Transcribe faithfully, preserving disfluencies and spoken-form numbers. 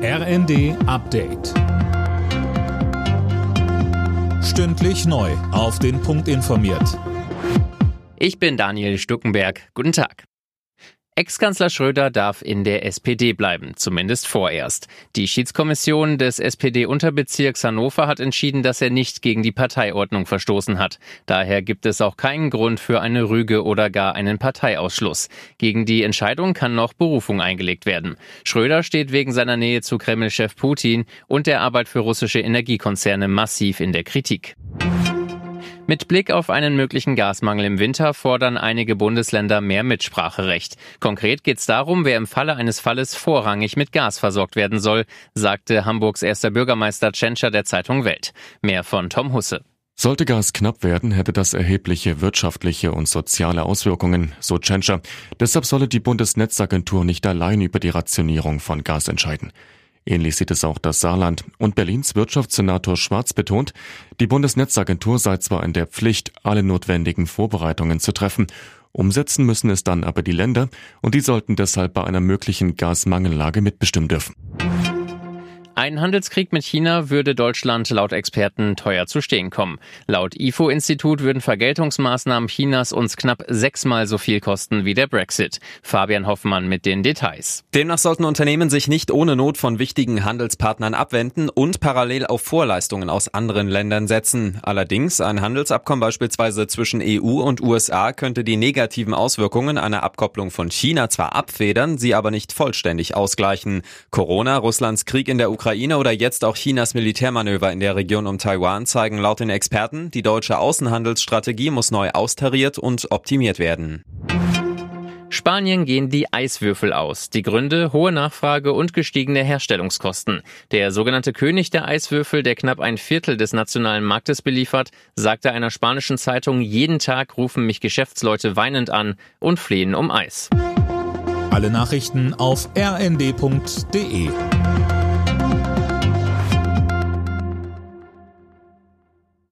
R N D Update. Stündlich neu auf den Punkt informiert. Ich bin Daniel Stuckenberg. Guten Tag. Ex-Kanzler Schröder darf in der S P D bleiben, zumindest vorerst. Die Schiedskommission des S P D-Unterbezirks Hannover hat entschieden, dass er nicht gegen die Parteiordnung verstoßen hat. Daher gibt es auch keinen Grund für eine Rüge oder gar einen Parteiausschluss. Gegen die Entscheidung kann noch Berufung eingelegt werden. Schröder steht wegen seiner Nähe zu Kreml-Chef Putin und der Arbeit für russische Energiekonzerne massiv in der Kritik. Mit Blick auf einen möglichen Gasmangel im Winter fordern einige Bundesländer mehr Mitspracherecht. Konkret geht es darum, wer im Falle eines Falles vorrangig mit Gas versorgt werden soll, sagte Hamburgs erster Bürgermeister Tschentscher der Zeitung Welt. Mehr von Tom Husse. Sollte Gas knapp werden, hätte das erhebliche wirtschaftliche und soziale Auswirkungen, so Tschentscher. Deshalb solle die Bundesnetzagentur nicht allein über die Rationierung von Gas entscheiden. Ähnlich sieht es auch das Saarland. Und Berlins Wirtschaftssenator Schwarz betont, die Bundesnetzagentur sei zwar in der Pflicht, alle notwendigen Vorbereitungen zu treffen, umsetzen müssen es dann aber die Länder und die sollten deshalb bei einer möglichen Gasmangellage mitbestimmen dürfen. Ein Handelskrieg mit China würde Deutschland laut Experten teuer zu stehen kommen. Laut I F O-Institut würden Vergeltungsmaßnahmen Chinas uns knapp sechsmal so viel kosten wie der Brexit. Fabian Hoffmann mit den Details. Demnach sollten Unternehmen sich nicht ohne Not von wichtigen Handelspartnern abwenden und parallel auf Vorleistungen aus anderen Ländern setzen. Allerdings, ein Handelsabkommen beispielsweise zwischen E U und U S A könnte die negativen Auswirkungen einer Abkopplung von China zwar abfedern, sie aber nicht vollständig ausgleichen. Corona, Russlands Krieg in der Ukraine Ukraine oder jetzt auch Chinas Militärmanöver in der Region um Taiwan zeigen laut den Experten, die deutsche Außenhandelsstrategie muss neu austariert und optimiert werden. Spanien gehen die Eiswürfel aus. Die Gründe: hohe Nachfrage und gestiegene Herstellungskosten. Der sogenannte König der Eiswürfel, der knapp ein Viertel des nationalen Marktes beliefert, sagte einer spanischen Zeitung, jeden Tag rufen mich Geschäftsleute weinend an und flehen um Eis. Alle Nachrichten auf r n d punkt d e.